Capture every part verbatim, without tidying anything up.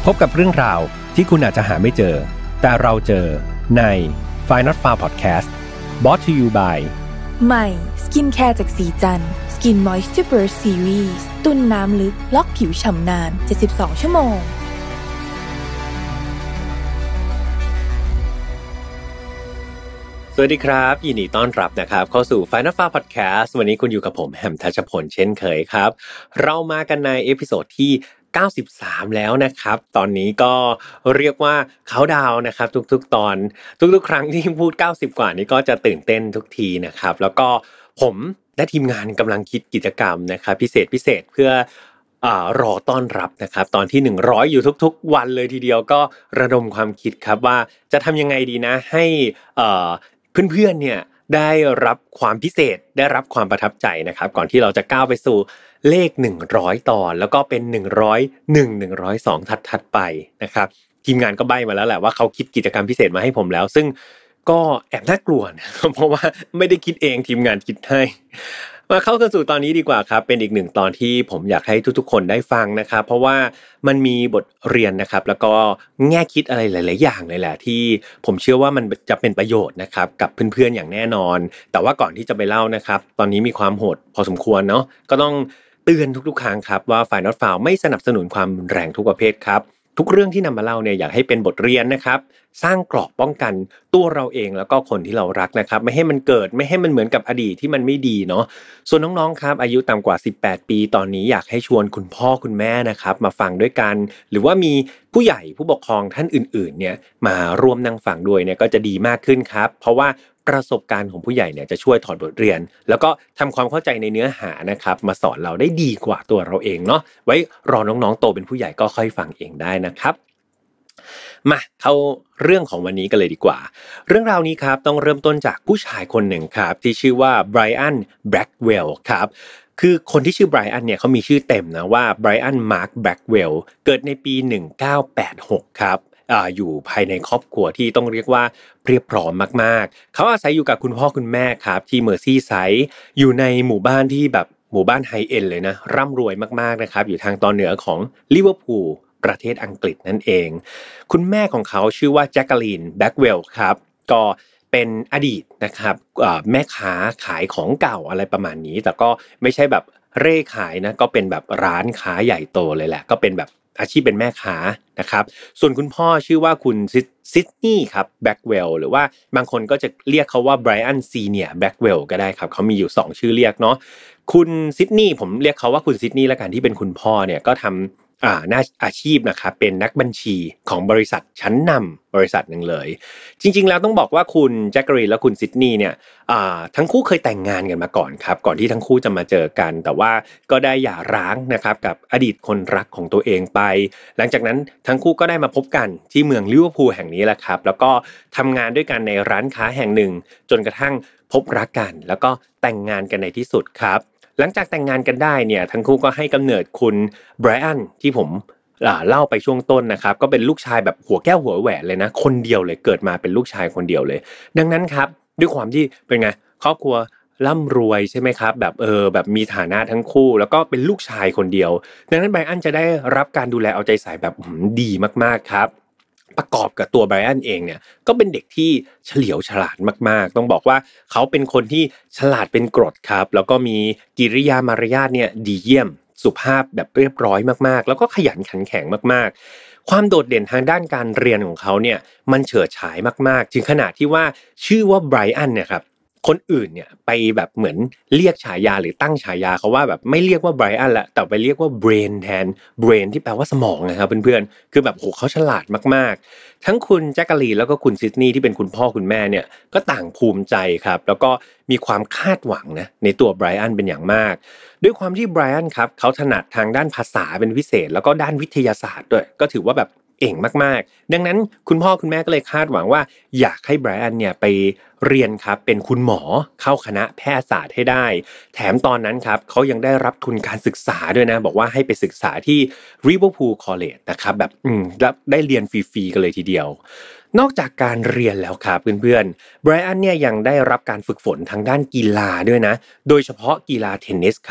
พบกับเรื่องราวที่คุณอาจจะหาไม่เจอแต่เราเจอใน Find Not Found Podcast Brought to you by ใหม่สกินแคร์จากสีจันทร์ Skin Moisture Burst Series ตุ้นน้ำลึกล็อกผิวฉ่ำนานเจ็ดสิบสองชั่วโมงสวัสดีครับยินดีต้อนรับนะครับเข้าสู่ Find Not Found Podcast วันนี้คุณอยู่กับผมแฮมทัชพลเช่นเคยครับเรามากันในเอพิโซดที่เก้าสิบสามแล้วนะครับตอนนี้ก็เรียกว่าเค้าดาวน์นะครับทุกๆตอนทุกๆครั้งที่พูดเก้าสิบกว่านี้ก็จะตื่นเต้นทุกทีนะครับแล้วก็ผมและทีมงานกำลังคิดกิจกรรมนะครับพิเศษพิเศษเพื่ออ่ารอต้อนรับนะครับตอนที่หนึ่งร้อยอยู่ทุกๆวันเลยทีเดียวก็ระดมความคิดครับว่าจะทำยังไงดีนะให้เอ่อเพื่อนๆเนี่ยได้รับความพิเศษได้รับความประทับใจนะครับก่อนที่เราจะก้าวไปสู่เลขหนึ่งร้อยตอนแล้วก็เป็นหนึ่งร้อยเอ็ด หนึ่งร้อยสองถัดๆไปนะครับทีมงานก็ใบ้มาแล้วแหละว่าเขาคิดกิจกรรมพิเศษมาให้ผมแล้วซึ่งก็แอบน่ากลัวนะเพราะว่าไม่ได้คิดเองทีมงานคิดให้มาเข้ากันสู่ตอนนี้ดีกว่าครับเป็นอีกหนึ่งตอนที่ผมอยากให้ทุกๆคนได้ฟังนะครับเพราะว่ามันมีบทเรียนนะครับแล้วก็แง่คิดอะไรหลายๆอย่างเลยแหละที่ผมเชื่อว่ามันจะเป็นประโยชน์นะครับกับเพื่อนๆอย่างแน่นอนแต่ว่าก่อนที่จะไปเล่านะครับตอนนี้มีความโหดพอสมควรเนาะก็ต้องเตือนทุกๆครั้งครับว่า Find Not Found ไม่สนับสนุนความรุนแรงทุกประเภทครับทุกเรื่องที่นำมาเล่าเนี่ยอยากให้เป็นบทเรียนนะครับสร้างเกราะป้องกันตัวเราเองแล้วก็คนที่เรารักนะครับไม่ให้มันเกิดไม่ให้มันเหมือนกับอดีตที่มันไม่ดีเนาะส่วนน้องๆครับอายุต่ำกว่าสิบแปดปีตอนนี้อยากให้ชวนคุณพ่อคุณแม่นะครับมาฟังด้วยกันหรือว่ามีผู้ใหญ่ผู้ปกครองท่านอื่นๆเนี่ยมาร่วมนั่งฟังด้วยเนี่ยก็จะดีมากขึ้นครับเพราะว่าประสบการณ์ของผู้ใหญ่เนี่ยจะช่วยถอดบทเรียนแล้วก็ทำความเข้าใจในเนื้อหานะครับมาสอนเราได้ดีกว่าตัวเราเองเนาะไว้รอน้องๆโตเป็นผู้ใหญ่ก็ค่อยฟังเองได้นะครับมาเข้าเรื่องของวันนี้กันเลยดีกว่าเรื่องราวนี้ครับต้องเริ่มต้นจากผู้ชายคนหนึ่งครับที่ชื่อว่าไบรอันแบล็กเวลล์ครับคือคนที่ชื่อไบรอันเนี่ยเขามีชื่อเต็มนะว่าไบรอันมาร์คแบล็กเวลล์เกิดในปีหนึ่งเก้าแปดหกครับอ่าอยู่ภายในครอบครัวที่ต้องเรียกว่าเรียบพร้อมมากๆเขาอาศัยอยู่กับคุณพ่อคุณแม่ครับที่เมอร์ซี่ไซด์อยู่ในหมู่บ้านที่แบบหมู่บ้านไฮเอ็นด์เลยนะร่ำรวยมากๆนะครับอยู่ทางตอนเหนือของลิเวอร์พูลประเทศอังกฤษนั่นเองคุณแม่ของเขาชื่อว่าแจ็คกาลีนแบล็กเวลล์ครับก็เป็นอดีตนะครับแม่ค้าขายของเก่าอะไรประมาณนี้แต่ก็ไม่ใช่แบบเร่ขายนะก็เป็นแบบร้านค้าใหญ่โตเลยแหละก็เป็นแบบอาชีพเป็นแม่ค้านะครับส่วนคุณพ่อชื่อว่าคุณซิดนีย์ครับแบล็กเวลล์หรือว่าบางคนก็จะเรียกเขาว่าไบรอันซีเนียร์แบล็กเวลล์ก็ได้ครับเขามีอยู่สองชื่อเรียกเนาะคุณซิดนีย์ผมเรียกเขาว่าคุณซิดนีย์ละกันที่เป็นคุณพ่อเนี่ยก็ทำอ่าหน้าอาชีพนะครับเป็นนักบัญชีของบริษัทชั้นนำบริษัทหนึ่งเลยจริงๆแล้วต้องบอกว่าคุณแจ็คการีนและคุณซิดนีย์เนี่ยอ่าทั้งคู่เคยแต่งงานกันมาก่อนครับก่อนที่ทั้งคู่จะมาเจอกันแต่ว่าก็ได้หย่าร้างนะครับกับอดีตคนรักของตัวเองไปหลังจากนั้นทั้งคู่ก็ได้มาพบกันที่เมืองลิเวอร์พูลแห่งนี้แหละครับแล้วก็ทำงานด้วยกันในร้านค้าแห่งหนึ่งจนกระทั่งพบรักกันแล้วก็แต่งงานกันในที่สุดครับหลังจากแต่งงานกันได้เนี่ยทั้งคู่ก็ให้กำเนิดคุณไบรอันที่ผมเล่าไปช่วงต้นนะครับก็เป็นลูกชายแบบหัวแก้วหัวแหวนเลยนะคนเดียวเลยเกิดมาเป็นลูกชายคนเดียวเลยดังนั้นครับด้วยความที่เป็นไงครอบครัวร่ำรวยใช่ไหมครับแบบเออแบบมีฐานะทั้งคู่แล้วก็เป็นลูกชายคนเดียวดังนั้นไบรอันจะได้รับการดูแลเอาใจใส่แบบดีมากๆครับประกอบกับตัวไบรอันเองเนี่ยก็เป็นเด็กที่เฉลียวฉลาดมากๆต้องบอกว่าเขาเป็นคนที่ฉลาดเป็นกรดครับแล้วก็มีกิริยามารยาทเนี่ยดีเยี่ยมสุภาพแบบเรียบร้อยมากๆแล้วก็ขยันขันแข็งมากๆความโดดเด่นทางด้านการเรียนของเขาเนี่ยมันเฉิดฉายมากๆถึงขนาดที่ว่าชื่อว่าไบรอันเนี่ยครับคนอื่นเนี่ยไปแบบเหมือนเรียกฉายาหรือตั้งฉายาเขาว่าแบบไม่เรียกว่าไบรอันละแต่ไปเรียกว่าเบรนแทนเบรนที่แปลว่าสมองนะครับเพื่อนๆคือแบบโหเขาฉลาดมากๆทั้งคุณแจ็คกาลีนแล้วก็คุณซิดนีย์ที่เป็นคุณพ่อคุณแม่เนี่ยก็ต่างภูมิใจครับแล้วก็มีความคาดหวังนะในตัวไบรอันเป็นอย่างมากด้วยความที่ไบรอันครับเขาถนัดทางด้านภาษาเป็นพิเศษแล้วก็ด้านวิทยาศาสตร์ด้วยก็ถือว่าแบบเก่งมากๆดังนั้นคุณพ่อคุณแม่ก็เลยคาดหวังว่าอยากให้ไบรอันเนี่ยไปเรียนครับเป็นคุณหมอเข้าคณะแพทยศาสตร์ให้ได้แถมตอนนั้นครับเขายังได้รับทุนการศึกษาด้วยนะบอกว่าให้ไปศึกษาที่ Liverpool College นะครับแบบอืมได้เรียนฟรีๆกันเลยทีเดียวนอกจากการเรียนแล้วครับเพื่อนๆไบรอันเนี่ยยังได้รับการฝึกฝนทางด้านกีฬาด้วยนะโดยเฉพาะกีฬาเทนนิสครับ ก็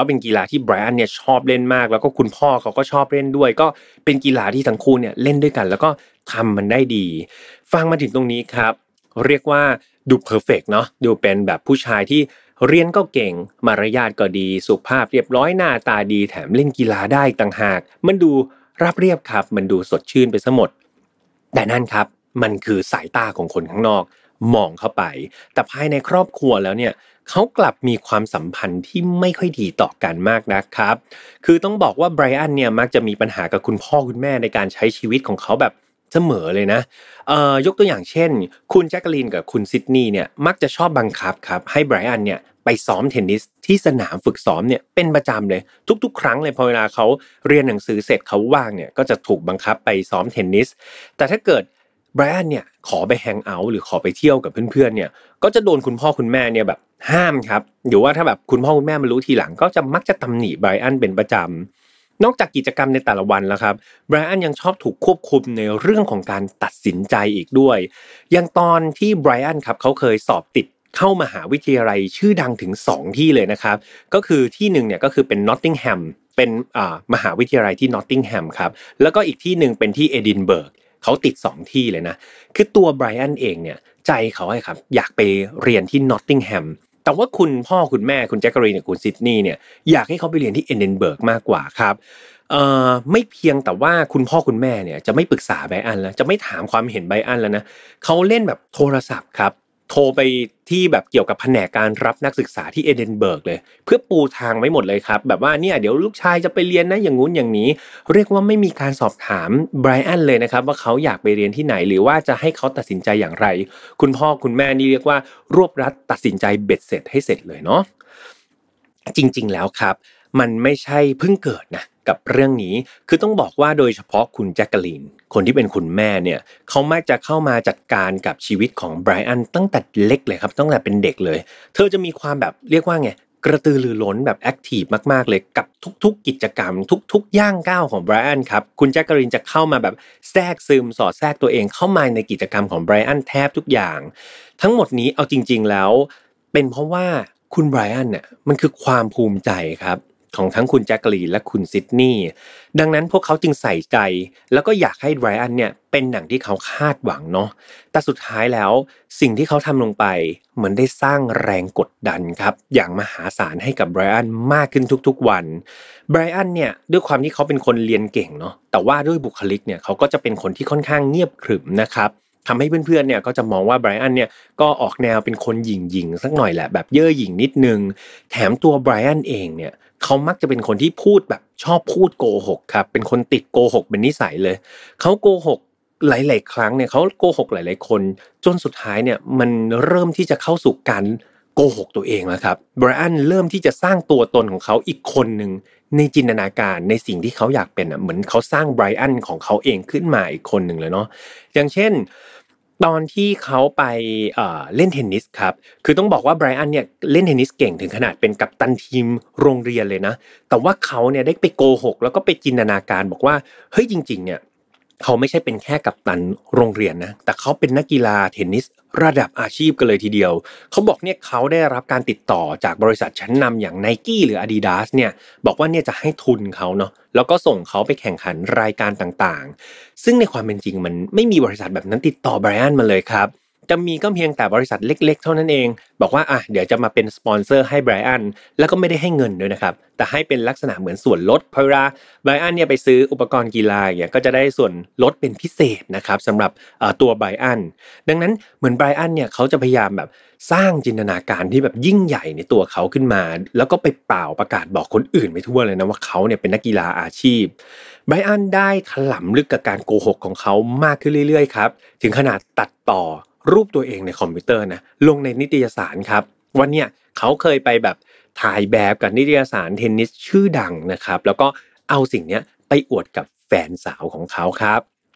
ก็เป็นกีฬาที่ไบรอันเนี่ยชอบเล่นมากแล้วก็คุณพ่อเขาก็ชอบเล่นด้วยก็เป็นกีฬาที่ทั้งคู่เนี่ยเล่นด้วยกันแล้วก็ทำมันได้ดีฟังมาถึงตรงนี้ครับเรียกว่าดูเพอร์เฟกต์เนาะดูเป็นแบบผู้ชายที่เรียนก็เก่งมารยาทก็ดีสุภาพเรียบร้อยหน้าตาดีแถมเล่นกีฬาได้ต่างหากมันดูราบเรียบครับมันดูสดชื่นไปซะหมดแต่นั่นครับมันคือสายตาของคนข้างนอกมองเข้าไปแต่ภายในครอบครัวแล้วเนี่ยเขากลับมีความสัมพันธ์ที่ไม่ค่อยดีต่อกันมากนะครับคือต้องบอกว่าไบรอันเนี่ยมักจะมีปัญหากับคุณพ่อคุณแม่ในการใช้ชีวิตของเขาแบบเสมอเลยนะเอ่อยกตัวอย่างเช่นคุณแจ็คเกอรีนกับคุณซิดนีย์เนี่ยมักจะชอบบังคับครับให้ไบรอันเนี่ยไปซ้อมเทนนิสที่สนามฝึกซ้อมเนี่ยเป็นประจำเลยทุกๆครั้งเลยพอเวลาเขาเรียนหนังสือเสร็จเขาว่างเนี่ยก็จะถูกบังคับไปซ้อมเทนนิสแต่ถ้าเกิดไบรอันเนี่ยขอไปแฮงเอาท์หรือขอไปเที่ยวกับเพื่อนๆเนี่ยก็จะโดนคุณพ่อคุณแม่เนี่ยแบบห้ามครับหรือว่าถ้าแบบคุณพ่อคุณแม่มารู้ทีหลังก็จะมักจะตำหนิไบรอันเป็นประจำนอกจากกิจกรรมในแต่ละวันแล้วครับไบรอันยังชอบถูกควบคุมในเรื่องของการตัดสินใจอีกด้วยอย่างตอนที่ไบรอันครับเขาเคยสอบติดเข้ามหาวิทยาลัยชื่อดังถึงสองที่เลยนะครับก็คือที่หนึ่งเนี่ยก็คือเป็นนอตติงแฮมเป็นอ่ามหาวิทยาลัยที่นอตติงแฮมครับแล้วก็อีกที่นึงเป็นที่เอดินเบิร์กเขาติดสองที่เลยนะคือตัวไบรอันเองเนี่ยใจเขาไอ้ครับอยากไปเรียนที่นอตติงแฮมแต่ว่าคุณพ่อคุณแม่คุณแจ็คเกอรีนกับคุณซิดนีย์เนี่ยอยากให้เขาไปเรียนที่เอดินเบิร์กมากกว่าครับเอ่อไม่เพียงแต่ว่าคุณพ่อคุณแม่เนี่ยจะไม่ปรึกษาไบรอันแล้วจะไม่ถามความเห็นไบรอันแล้วนะเขาเล่นแบบโทรศัพท์ครับโทรไปที่แบบเกี่ยวกับแผนกการรับนักศึกษาที่เอดินเบิร์กเลยเพื่อปูทางไว้หมดเลยครับแบบว่าเนี่ยเดี๋ยวลูกชายจะไปเรียนนะอย่างงู้นอย่างนี้เรียกว่าไม่มีการสอบถามไบรอันเลยนะครับว่าเขาอยากไปเรียนที่ไหนหรือว่าจะให้เขาตัดสินใจอย่างไรคุณพ่อคุณแม่นี่เรียกว่ารวบรัดตัดสินใจเบ็ดเสร็จให้เสร็จเลยเนาะจริงๆแล้วครับมันไม่ใช่เพิ่งเกิดนะกับเรื่องนี้คือต้องบอกว่าโดยเฉพาะคุณแจ็คเกอรีนคนที่เป็นคุณแม่เนี่ยเขามักจะเข้ามาจัดการกับชีวิตของไบรอันตั้งแต่เล็กเลยครับตั้งแต่เป็นเด็กเลยเธอจะมีความแบบเรียกว่าไงกระตือรือร้นแบบแอคทีฟมากๆเลยกับทุกๆกิจกรรมทุกๆย่างก้าวของไบรอันครับคุณแจ็คเกอรีนจะเข้ามาแบบแทรกซึมสอดแทรกตัวเองเข้ามาในกิจกรรมของไบรอันแทบทุกอย่างทั้งหมดนี้เอาจริงๆแล้วเป็นเพราะว่าคุณไบรอันเนี่ยมันคือความภูมิใจครับของทั้งคุณแจ็คเกอรีนและคุณซิดนีย์ดังนั้นพวกเขาจึงใส่ใจแล้วก็อยากให้ไบรอันเนี่ยเป็นอย่างที่เขาคาดหวังเนาะแต่สุดท้ายแล้วสิ่งที่เขาทำลงไปเหมือนได้สร้างแรงกดดันครับอย่างมหาศาลให้กับไบรอันมากขึ้นทุกๆวันไบรอันเนี่ยด้วยความที่เขาเป็นคนเรียนเก่งเนาะแต่ว่าด้วยบุคลิกเนี่ยเขาก็จะเป็นคนที่ค่อนข้างเงียบขรึมนะครับทำให้เพื่อนๆเนี่ยก็จะมองว่าไบรอันเนี่ยก็ออกแนวเป็นคนหยิ่งๆสักหน่อยแหละแบบเย่อหยิ่งนิดนึงแถมตัวไบรอันเองเนี่ยเขามักจะเป็นคนที่พูดแบบชอบพูดโกหกครับเป็นคนติดโกหกเป็นนิสัยเลยเขาโกหกหลายๆครั้งเนี่ยเขาโกหกหลายๆคนจนสุดท้ายเนี่ยมันเริ่มที่จะเข้าสู่การโกหกตัวเองแล้วครับไบรอันเริ่มที่จะสร้างตัวตนของเขาอีกคนนึงในจินตนาการในสิ่งที่เขาอยากเป็นอ่ะเหมือนเขาสร้างไบรอันของเขาเองขึ้นมาอีกคนนึงเลยเนาะอย่างเช่นตอนที่เขาไปเอ่อเล่นเทนนิสครับคือต้องบอกว่าไบรอันเนี่ยเล่นเทนนิสเก่งถึงขนาดเป็นกัปตันทีมโรงเรียนเลยนะแต่ว่าเขาเนี่ยได้ไปโกหกแล้วก็ไปจินตนาการบอกว่าเฮ้ยจริงๆเนี่ยเขาไม่ใช่เป็นแค่กัปตันโรงเรียนนะแต่เขาเป็นนักกีฬาเทนนิสระดับอาชีพกันเลยทีเดียวเขาบอกเนี่ยเขาได้รับการติดต่อจากบริษัทชั้นนำอย่าง Nike หรือ Adidas เนี่ยบอกว่าเนี่ยจะให้ทุนเขาเนาะแล้วก็ส่งเขาไปแข่งขันรายการต่างๆซึ่งในความเป็นจริงมันไม่มีบริษัทแบบนั้นติดต่อไบรอันมาเลยครับจะมีก็เพียงแต่บริษัทเล็กๆเท่านั้นเองบอกว่าอ่ะเดี๋ยวจะมาเป็นสปอนเซอร์ให้ไบรอันแล้วก็ไม่ได้ให้เงินด้วยนะครับแต่ให้เป็นลักษณะเหมือนส่วนลดเพราะว่าไบรอันเนี่ยไปซื้ออุปกรณ์กีฬาอย่างเงี้ยก็จะได้ส่วนลดเป็นพิเศษนะครับสำหรับตัวไบรอันดังนั้นเหมือนไบรอันเนี่ยเขาจะพยายามแบบสร้างจินตนาการที่แบบยิ่งใหญ่ในตัวเขาขึ้นมาแล้วก็ไปเป่าประกาศบอกคนอื่นไปทั่วเลยนะว่าเขาเนี่ยเป็นนักกีฬาอาชีพไบรอันได้ถลำลึกกับการโกหกของเขามากขึ้นเรื่อยๆครับถึงขนาดตัดต่อรูปตัวเองในคอมพิวเตอร์นะลงในนิตยสารครับวันเนี้ยเขาเคยไปแบบถ่ายแบบกับนิตยสารเทนนิสชื่อดังนะครับแล้วก็เอาสิ่งเนี้ยไปอวดกับแฟนสาวของเขาครับ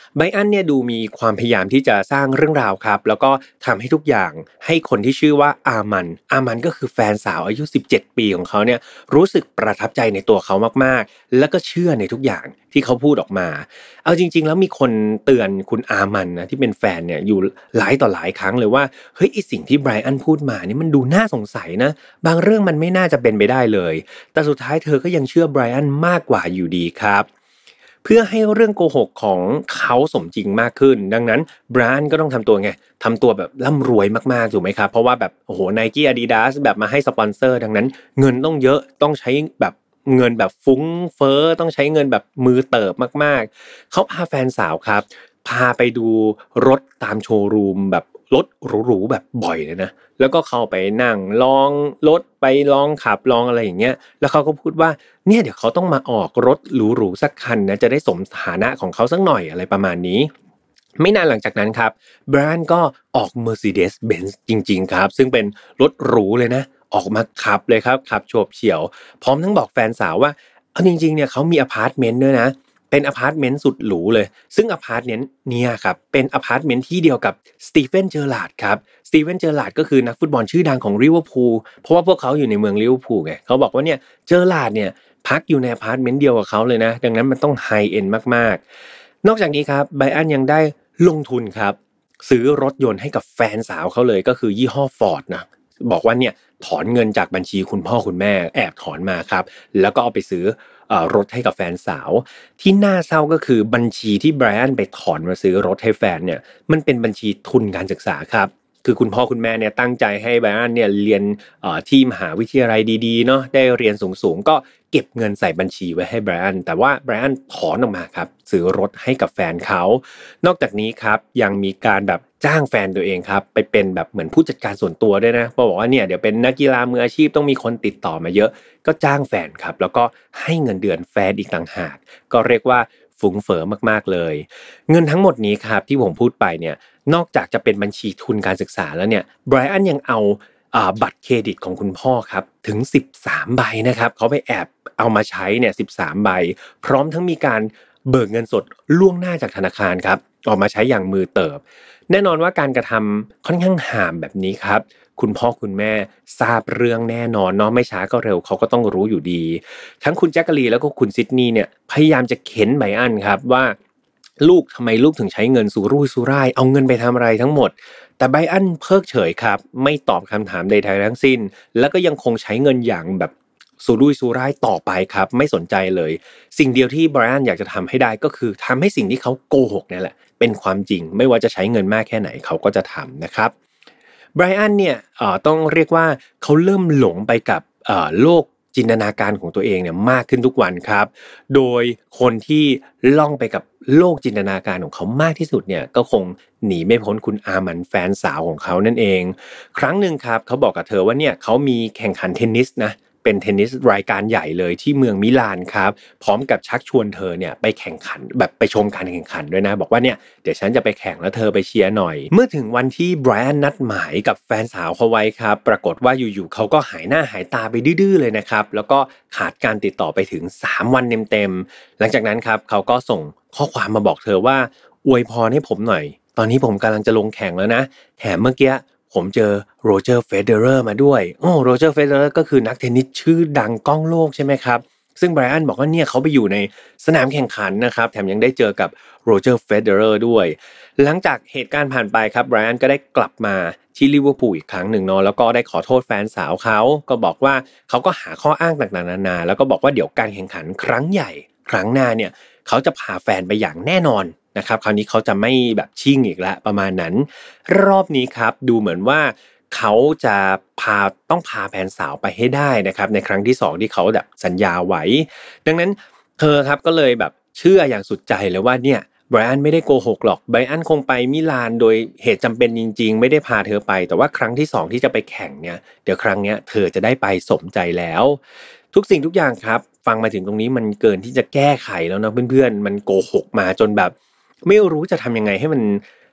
ไบรอันเนี่ยดูมีความพยายามที่จะสร้างเรื่องราวครับแล้วก็ทำให้ทุกอย่างให้คนที่ชื่อว่าอามันอามันก็คือแฟนสาวอายุสิบเจ็ดปีของเขาเนี่ยรู้สึกประทับใจในตัวเขามากๆแล้วก็เชื่อในทุกอย่างที่เขาพูดออกมาเอาจริงๆแล้วมีคนเตือนคุณอามันนะที่เป็นแฟนเนี่ยอยู่หลายต่อหลายครั้งเลยว่าเฮ้ยไอ้สิ่งที่ไบรอันพูดมานี่มันดูน่าสงสัยนะบางเรื่องมันไม่น่าจะเป็นไปได้เลยแต่สุดท้ายเธอก็ยังเชื่อไบรอันมากกว่าอยู่ดีครับเพื่อให้เรื่องโกหกของเขาสมจริงมากขึ้นดังนั้นไบรอันก็ต้องทำตัวไงทำตัวแบบร่ำรวยมากๆถูกไหมครับเพราะว่าแบบโอ้โห Nike Adidas แบบมาให้สปอนเซอร์ดังนั้นเงินต้องเยอะต้องใช้แบบเงินแบบฟุ้งเฟ้อต้องใช้เงินแบบมือเติบมากๆเขาพาแฟนสาวครับพาไปดูรถตามโชว์รูมแบบรถหรูๆแบบบ่อยเลยนะแล้วก็เข้าไปนั่งลองรถไปลองขับลองอะไรอย่างเงี้ยแล้วเขาก็พูดว่าเนี่ยเดี๋ยวเขาต้องมาออกรถหรูๆสักคันนะจะได้สมฐานะของเขาสักหน่อยอะไรประมาณนี้ไม่นานหลังจากนั้นครับไบรอันก็ออก Mercedes-Benz จริงๆครับซึ่งเป็นรถหรูเลยนะออกมาขับเลยครับขับโฉบเฉี่ยวพร้อมทั้งบอกแฟนสาวว่าเอาจริงๆเนี่ยเขามีอพาร์ตเมนต์ด้วยนะเป็นอพาร์ตเมนต์สุดหรูเลยซึ่งอพาร์ตเมนต์เนี่ยครับเป็นอพาร์ตเมนต์ที่เดียวกับสตีเฟนเจอร์ลาร์ดครับสตีเฟนเจอร์ลาร์ดก็คือนักฟุตบอลชื่อดังของลิเวอร์พูลเพราะว่าพวกเขาอยู่ในเมืองลิเวอร์พูลไงเขาบอกว่าเนี่ยเจอร์ลาร์ดเนี่ยพักอยู่ในอพาร์ตเมนต์เดียวกับเขาเลยนะดังนั้นมันต้องไฮเอ็นด์มากๆนอกจากนี้ครับไบรอันยังได้ลงทุนครับซื้อรถยนต์ให้กับแฟนสาวเขาเลยก็คือยี่ห้อ Ford นะบอกว่าเนี่ยถอนเงินจากบัญชีคุณพ่อคุณแม่แอบถอนมาครับแล้วก็เอาไปซื้อเอ่อรถให้กับแฟนสาวที่น่าเศร้าก็คือบัญชีที่ไบรอันไปถอนมาซื้อรถให้แฟนเนี่ยมันเป็นบัญชีทุนการศึกษาครับคือคุณพ่อคุณแม่เนี่ยตั้งใจให้ไบรอันเนี่ยเรียนเอ่อที่มหาวิทยาลัยดีๆเนาะได้เรียนสูงๆก็เก็บเงินใส่บัญชีไว้ให้ไบรอันแต่ว่าไบรอันถอนออกมาครับซื้อรถให้กับแฟนเขานอกจากนี้ครับยังมีการแบบจ้างแฟนตัวเองครับไปเป็นแบบเหมือนผู้จัดการส่วนตัวด้วยนะบอกว่าเนี่ยเดี๋ยวเป็นนักกีฬามืออาชีพต้องมีคนติดต่อมาเยอะก็จ้างแฟนครับแล้วก็ให้เงินเดือนแฟนอีกต่างหากก็เรียกว่าฟุ้งเฟ้อมากๆเลยเงินทั้งหมดนี้ครับที่ผมพูดไปเนี่ยนอกจากจะเป็นบัญชีทุนการศึกษาแล้วเนี่ยไบรอันยังเอาบัตรเครดิตของคุณพ่อครับถึงสิบสามใบนะครับเขาไปแอบเอามาใช้เนี่ยสิบสามใบพร้อมทั้งมีการเบิกเงินสดล่วงหน้าจากธนาคารครับออกมาใช้อย่างมือเติบแน่นอนว่าการกระทำค่อนข้างห่ามแบบนี้ครับคุณพ่อคุณแม่ทราบเรื่องแน่นอนเนาะไม่ช้าก็เร็วเขาก็ต้องรู้อยู่ดีทั้งคุณแจ็คกะลีแล้วก็คุณซิดนีย์เนี่ยพยายามจะเค้นไบรอันครับว่าลูกทำไมลูกถึงใช้เงินสุรุ่ยสุร่ายเอาเงินไปทำอะไรทั้งหมดแต่ไบรอันเพิกเฉยครับไม่ตอบคำถามใดๆทั้งสิ้นแล้วก็ยังคงใช้เงินอย่างแบบสุรุ่ยสุร่ายต่อไปครับไม่สนใจเลยสิ่งเดียวที่ไบรอันอยากจะทำให้ได้ก็คือทำให้สิ่งที่เขาโกหกนี่แหละเป็นความจริงไม่ว่าจะใช้เงินมากแค่ไหนเขาก็จะทำนะครับไบรอันเนี่ยต้องเรียกว่าเขาเริ่มหลงไปกับโลกจินตนาการของตัวเองเนี่ยมากขึ้นทุกวันครับโดยคนที่ล่องไปกับโลกจินตนาการของเขามากที่สุดเนี่ยก็คงหนีไม่พ้นคุณอามันแฟนสาวของเขานั่นเองครั้งหนึ่งครับเขาบอกกับเธอว่าเนี่ยเขามีแข่งขันเทนนิสนะเป็นเทนนิสรายการใหญ่เลยที่เมืองมิลานครับพร้อมกับชักชวนเธอเนี่ยไปแข่งขันแบบไปชมการแข่งขันด้วยนะบอกว่าเนี่ยเดี๋ยวฉันจะไปแข่งแล้วเธอไปเชียร์หน่อยเมื่อถึงวันที่ไบรอันนัดหมายกับแฟนสาวเขาไว้ครับปรากฏว่าอยู่ๆเขาก็หายหน้าหายตาไปดื้อๆเลยนะครับแล้วก็ขาดการติดต่อไปถึงสามวันเต็มๆหลังจากนั้นครับเขาก็ส่งข้อความมาบอกเธอว่าอวยพรให้ผมหน่อยตอนนี้ผมกำลังจะลงแข่งแล้วนะแถมเมื่อกี้ผมเจอโรเจอร์เฟเดอร์มาด้วยโอ้โรเจอร์เฟเดอร์ก็คือนักเทนนิสชื่อดังก้องโลกใช่ไหมครับซึ่งไบรอันบอกว่าเนี่ยเขาไปอยู่ในสนามแข่งขันนะครับแถมยังได้เจอกับโรเจอร์เฟเดอร์ด้วยหลังจากเหตุการณ์ผ่านไปครับไบรอันก็ได้กลับมาที่ลิเวอร์พูลอีกครั้งหนึ่งเนาะแล้วก็ได้ขอโทษแฟนสาวเขาก็บอกว่าเขาก็หาข้ออ้างต่างๆนานาแล้วก็บอกว่าเดี๋ยวการแข่งขันครั้งใหญ่ครั้งหน้าเนี่ยเขาจะพาแฟนไปอย่างแน่นอนนะครับคราวนี้เขาจะไม่แบบชิ่งอีกแล้วประมาณนั้นรอบนี้ครับดูเหมือนว่าเขาจะพาต้องพาแฟนสาวไปให้ได้นะครับในครั้งที่สองที่เขาแบบสัญญาไว้ดังนั้นเธอครับก็เลยแบบเชื่ออย่างสุดใจเลยว่าเนี่ยไบรอันไม่ได้โกหกหรอกไบรอันคงไปมิลานโดยเหตุจำเป็นจริงๆไม่ได้พาเธอไปแต่ว่าครั้งที่สองที่จะไปแข่งเนี่ยเดี๋ยวครั้งเนี้ยเธอจะได้ไปสมใจแล้วทุกสิ่งทุกอย่างครับฟังมาถึงตรงนี้มันเกินที่จะแก้ไขแล้วนะเพื่อนๆมันโกหกมาจนแบบไม่รู้จะทำยังไงให้มัน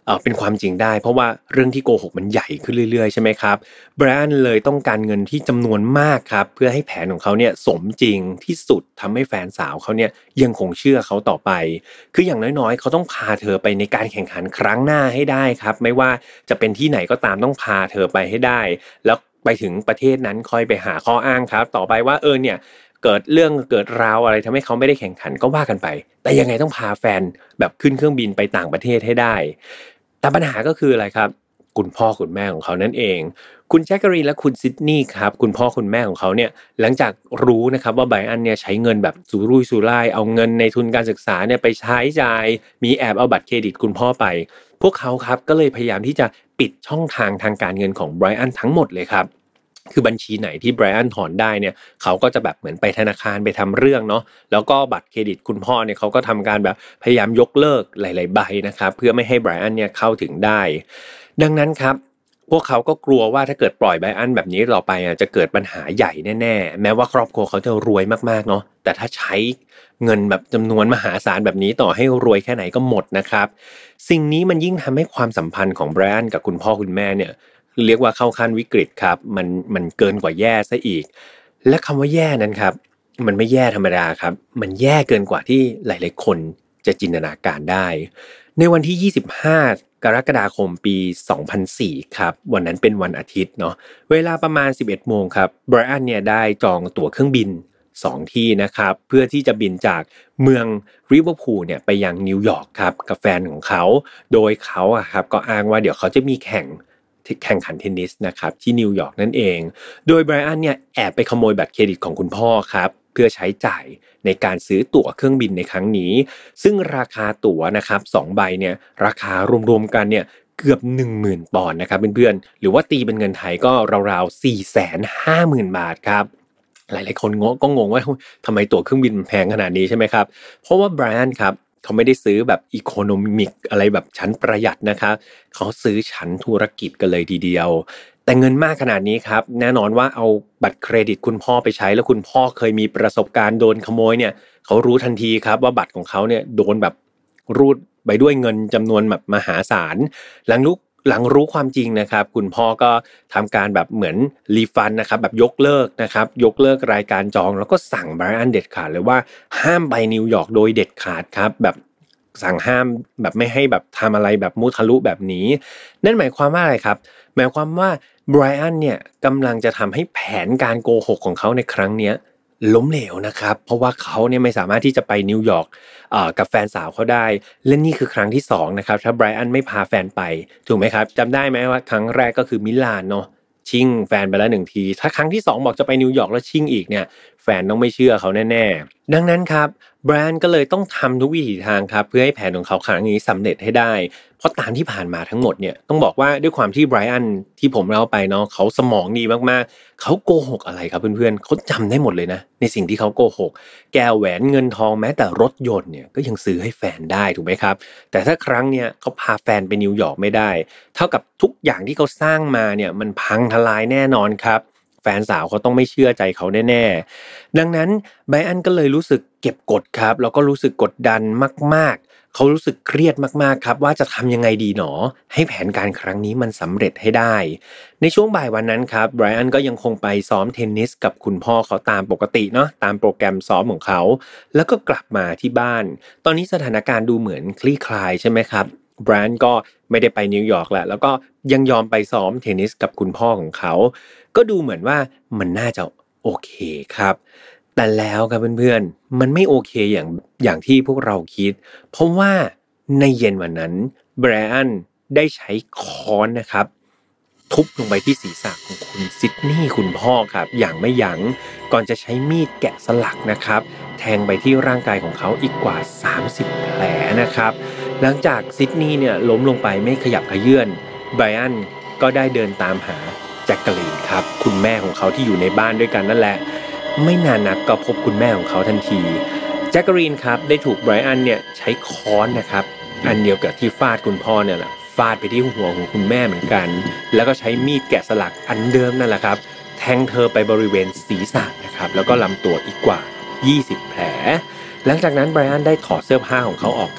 เอ่อเป็นความจริงได้เพราะว่าเรื่องที่โกหกมันใหญ่ขึ้นเรื่อยๆใช่ไหมครับไบรอันเลยต้องการเงินที่จำนวนมากครับเพื่อให้แผนของเขาเนี่ยสมจริงที่สุดทำให้แฟนสาวเขาเนี่ยยังคงเชื่อเขาต่อไปคืออย่างน้อยๆเขาต้องพาเธอไปในการแข่งขันครั้งหน้าให้ได้ครับไม่ว่าจะเป็นที่ไหนก็ตามต้องพาเธอไปให้ได้แล้วไปถึงประเทศนั้นค่อยไปหาข้ออ้างครับต่อไปว่าเออเนี่ยเกิดเรื่องเกิดราวอะไรทำให้เขาไม่ได้แข่งขันก็ว่ากันไปแต่ยังไงต้องพาแฟนแบบขึ้นเครื่องบินไปต่างประเทศให้ได้แต่ปัญหาก็คืออะไรครับคุณพ่อคุณแม่ของเขานั่นเองคุณแจ็คเกอรีนและคุณซิดนีย์ครับคุณพ่อคุณแม่ของเขาเนี่ยหลังจากรู้นะครับว่าไบรอันเนี่ยใช้เงินแบบสุรุ่ยสุร่ายเอาเงินในทุนการศึกษาเนี่ยไปใช้จ่ายมีแอบเอาบัตรเครดิตคุณพ่อไปพวกเขาครับก็เลยพยายามที่จะปิดช่องทางทางการเงินของไบรอันทั้งหมดเลยครับคือบัญชีไหนที่ไบรอันถอนได้เนี่ยเขาก็จะแบบเหมือนไปธนาคารไปทำเรื่องเนาะแล้วก็บัตรเครดิตคุณพ่อเนี่ยเขาก็ทำการแบบพยายามยกเลิกหลายๆใบนะครับเพื่อไม่ให้ไบรอันเนี่ยเข้าถึงได้ดังนั้นครับพวกเขาก็กลัวว่าถ้าเกิดปล่อยไบรอันแบบนี้ต่อไปอ่ะจะเกิดปัญหาใหญ่แน่ๆแม้ว่าครอบครัวเขาจะรวยมากๆเนาะแต่ถ้าใช้เงินแบบจำนวนมหาศาลแบบนี้ต่อให้รวยแค่ไหนก็หมดนะครับสิ่งนี้มันยิ่งทำให้ความสัมพันธ์ของไบรอันกับคุณพ่อคุณแม่เนี่ยเรียกว่าเข้าขั้นวิกฤตครับมันมันเกินกว่าแย่ซะอีกและคำว่าแย่นั้นครับมันไม่แย่ธรรมดาครับมันแย่เกินกว่าที่หลายๆคนจะจินตนาการได้ในวันที่ยี่สิบห้ากรกฎาคมปีสองพันสี่ครับวันนั้นเป็นวันอาทิตย์เนาะเวลาประมาณ สิบเอ็ดโมงครับไบรอันเนี่ยได้จองตั๋วเครื่องบินสองที่นะครับเพื่อที่จะบินจากเมืองริเวอร์พูลเนี่ยไปยังนิวยอร์กครับกับแฟนของเขาโดยเขาอะครับก็อ้างว่าเดี๋ยวเขาจะมีแข่งแข่งขันเทนนิสนะครับที่นิวยอร์กนั่นเองโดยไบรอันเนี่ยแอบไปขโมยบัตรเครดิตของคุณพ่อครับเพื่อใช้จ่ายในการซื้อตั๋วเครื่องบินในครั้งนี้ซึ่งราคาตั๋วนะครับสองใบเนี่ยราคารวมๆกันเนี่ยเกือบ หนึ่งหมื่น ปอนด์นะครับเพื่อนๆหรือว่าตีเป็นเงินไทยก็ราวๆ สี่แสนห้าหมื่น บาทครับหลายๆคนงงก็งงว่าทำไมตั๋วเครื่องบินมันแพงขนาดนี้ใช่ไหมครับเพราะว่าไบรอันครับเขาไม่ได้ซื้อแบบอีโคโนมิกอะไรแบบชั้นประหยัดนะครับเขาซื้อชั้นธุรกิจกันเลยทีเดียวแต่เงินมากขนาดนี้ครับแน่นอนว่าเอาบัตรเครดิตคุณพ่อไปใช้แล้วคุณพ่อเคยมีประสบการณ์โดนขโมยเนี่ยเขารู้ทันทีครับว่าบัตรของเขาเนี่ยโดนแบบรูดไปด้วยเงินจำนวนแบบมหาศาลหลังรู้หลังรู้ความจริงนะครับคุณพ่อก็ทำการแบบเหมือนรีฟันนะครับแบบยกเลิกนะครับยกเลิกรายการจองแล้วก็สั่งไบรอันเด็ดขาดเลยว่าห้ามไปนิวยอร์กโดยเด็ดขาดครับแบบสั่งห้ามแบบไม่ให้แบบทำอะไรแบบมุทะลุแบบนี้นั่นหมายความว่าอะไรครับหมายความว่าไบรอันเนี่ยกำลังจะทำให้แผนการโกหกของเขาในครั้งนี้ล้มเหลวนะครับเพราะว่าเขาเนี่ยไม่สามารถที่จะไปนิวยอร์กเอ่อกับแฟนสาวเขาได้และนี่คือครั้งที่สองนะครับถ้าไบรอันไม่พาแฟนไปถูกไหมครับจำได้ไหมว่าครั้งแรกก็คือมิลานเนาะชิ่งแฟนไปแล้วหนึ่งทีถ้าครั้งที่สองบอกจะไปนิวยอร์กแล้วชิ่งอีกเนี่ยแฟนต้องไม่เชื่อเขาแน่ๆดังนั้นครับไบรอันก็เลยต้องทำทุกวิถีทางครับเพื่อให้แผนของเขาครั้งนี้สำเร็จให้ได้เพราะตามที่ผ่านมาทั้งหมดเนี่ยต้องบอกว่าด้วยความที่ไบรอันที่ผมเล่าไปเนาะเขาสมองดีมากๆเขาโกหกอะไรครับเพื่อนๆเขาจำได้หมดเลยนะในสิ่งที่เขาโกหกแก้วแหวนเงินทองแม้แต่รถยนต์เนี่ยก็ยังซื้อให้แฟนได้ถูกไหมครับแต่ถ้าครั้งเนี่ยเขาพาแฟนไปนิวยอร์กไม่ได้เท่ากับทุกอย่างที่เขาสร้างมาเนี่ยมันพังทลายแน่นอนครับแฟนสาวเขาต้องไม่เชื่อใจเขาแน่ๆดังนั้นไบรอันก็เลยรู้สึกเก็บกดครับแล้วก็รู้สึกกดดันมากๆเขารู้สึกเครียดมากๆครับว่าจะทำยังไงดีหนอให้แผนการครั้งนี้มันสำเร็จให้ได้ในช่วงบ่ายวันนั้นครับไบรอันก็ยังคงไปซ้อมเทนนิสกับคุณพ่อเขาตามปกติเนาะตามโปรแกรมซ้อมของเขาแล้วก็กลับมาที่บ้านตอนนี้สถานการณ์ดูเหมือนคลี่คลายใช่ไหมครับไบรอันก็ไม่ได้ไปนิวยอร์กแล้วแล้วก็ยังยอมไปซ้อมเทนนิสกับคุณพ่อของเขาก็ดูเหมือนว่ามันน่าจะโอเคครับแต่แล้วครับเพื่อนๆมันไม่โอเคอย่างอย่างที่พวกเราคิดเพราะว่าในเย็นวันนั้นไบรอันได้ใช้ค้อนนะครับทุบลงไปที่ศีรษะของคุณซิดนีย์คุณพ่อครับอย่างไม่ยั้งก่อนจะใช้มีดแกะสลักนะครับแทงไปที่ร่างกายของเขาอีกกว่าสามสิบแผลนะครับหลังจากซิดนีย์เนี่ยล้มลงไปไม่ขยับเขยื้อนไบรอันก็ได้เดินตามหาแจ็คเกอรีนครับคุณแม่ของเขาที่อยู่ในบ้านด้วยกันนั่นแหละไม่นานนักก็พบคุณแม่ของเขาทันทีแจ็คเกอรีนครับได้ถูกไบรอันเนี่ยใช้ค้อนนะครับอันเดียวกับที่ฟาดคุณพ่อเนี่ยแหละฟาดไปที่หัวของคุณแม่เหมือนกันแล้วก็ใช้มีดแกะสลักอันเดิมนั่นแหละครับแทงเธอไปบริเวณศีรษะนะครับแล้วก็ลำตัวอีกกว่ายี่สิบแผลหลังจากนั้นไบรอันได้ถอดเสื้อผ้าของเขาออกครับ